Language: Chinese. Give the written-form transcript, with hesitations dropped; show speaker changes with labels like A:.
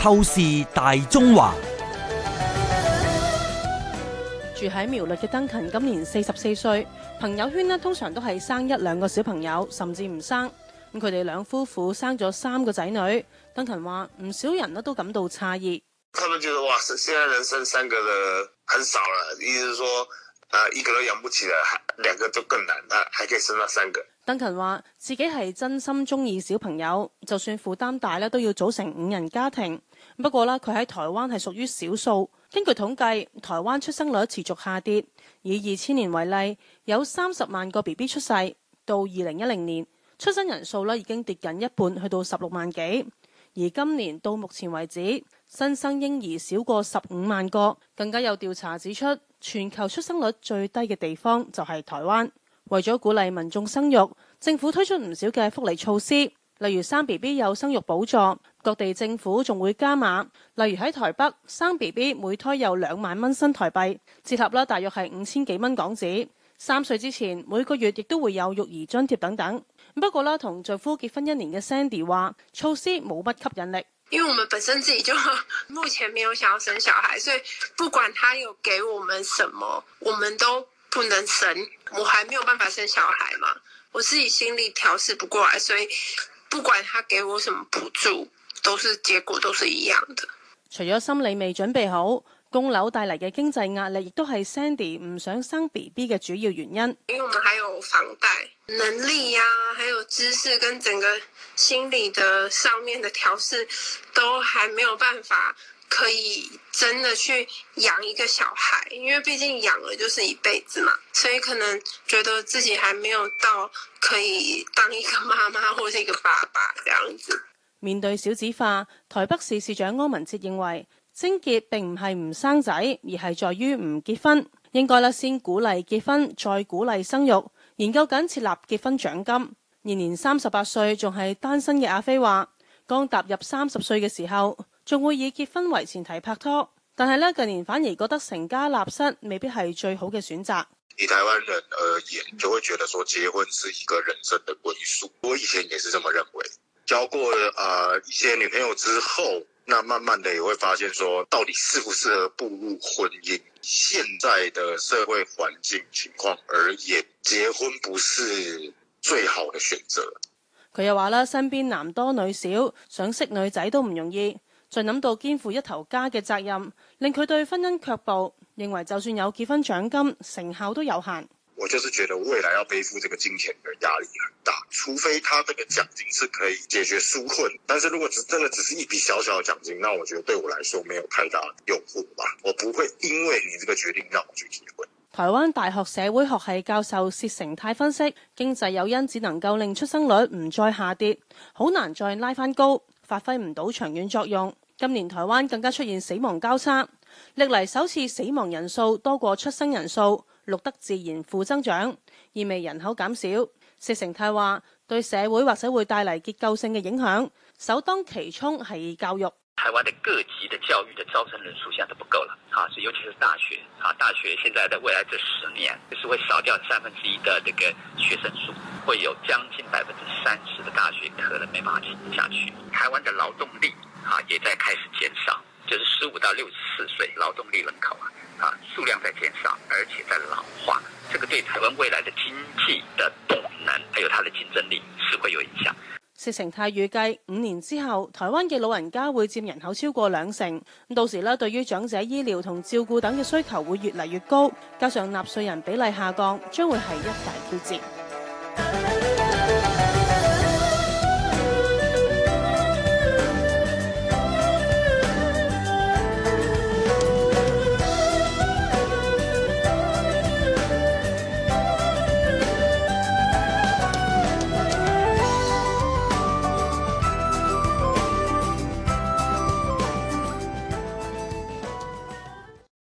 A: 透視大中華。
B: 住喺苗栗嘅登勤今年44歲，朋友圈通常都係生1、2個小朋友，甚至唔生。咁佢哋兩夫婦生咗3個仔女。登勤話唔少人都感到詫異。
C: 他們覺得哇，現在人生3個的很少了，意思是說1個都養不起了，2個就更難，還可以生到3個。
B: 登勤話自己係真心中意小朋友，就算負擔大都要組成5人家庭。不過佢喺台灣係屬於少數。根據統計，台灣出生率持續下跌，以2000年為例，有30萬個 BB 出世，到2010年出生人數已經跌近一半，去到16萬幾。而今年到目前為止，新生嬰兒少過15萬個。更加有調查指出，全球出生率最低嘅地方就係台灣。為咗鼓勵民眾生育，政府推出唔少嘅福利措施。例如生 BB 有生育補助，各地政府仲會加碼。例如喺台北生 BB 每胎有2萬蚊新台幣，折合大約係5000幾蚊港紙。3歲之前每個月亦都會有育兒津貼等等。不過同丈夫結婚1年嘅 Sandy 話，措施冇乜吸引力。
D: 因為我們本身自己就目前沒有想要生小孩，所以不管他有給我們什麼，我們都不能生。我還沒有辦法生小孩嘛，我自己心裡調適不過來，所以不管他給我什麼補助，結果都是一樣的。
B: 除咗心理未準備好，供樓帶嚟嘅經濟壓力亦都係 Sandy 唔想生 BB 嘅主要原因。
D: 因為我們還有房貸，能力呀，還有知識跟整個心理的上面的調適，都還沒有辦法可以真的去養一個小孩，因為畢竟養了就是一輩子嘛，所以可能覺得自己還沒有到可以當一個媽媽或者一個爸爸這樣子。
B: 面對少子化，台北市市長柯文哲認為，症結並唔係唔生仔，而係在於唔結婚。應該先鼓勵結婚，再鼓勵生育。研究緊設立結婚獎金。現年38歲仲係單身嘅阿飛話，剛踏入30歲嘅時候，仲會以結婚為前提拍拖，但係近年反而覺得成家立室未必係最好嘅選擇。
C: 以台灣人而言，就會覺得說結婚是一個人生的歸宿。我以前也是這麼認為。交過一些女朋友之後，那慢慢的也會發現說，到底適不適合步入婚姻。現在的社會環境情況而言，結婚不是最好的選擇。
B: 佢又話身邊男多女少，想識女仔都唔容易，再諗到肩負一頭家嘅責任，令佢對婚姻卻步，認為就算有結婚獎金，成效都有限。
C: 我就是覺得未來要背負這個金錢的壓力很大，除非他這個獎金是可以解決紓困，但是如果真的只是一筆小小的獎金，那我覺得對我來說沒有太大的誘惑吧。我不會因為你這個決定讓我去結婚。
B: 台灣大學社會學系教授薛成泰分析，經濟誘因只能夠令出生率唔再下跌，好難再拉返高，發揮唔到長遠作用。今年台灣更加出現死亡交叉，歷嚟首次死亡人數多過出生人數，錄得自然負增長，意味人口減少。薛成泰話，對社會或者會帶嚟結構性嘅影響，首當其衝係教育。
E: 台灣的各級的教育的招生人數現在都不夠了，所以尤其是大學，大學現在的未來這10年，就是會少掉1/3的這個學生數，會有將近30%的大學可能沒辦法進下去。台灣的勞動力也在開始減少，就是15到64歲勞動力人口數量在減少，而且在老化，這個對台灣未來的經濟的動能，還有它的競爭力是會有影響。
B: 薛成泰預計5年之後，台灣嘅老人家會佔人口超過20%，到時對於長者醫療同照顧等嘅需求會越嚟越高，加上納稅人比例下降，將會係一大挑戰。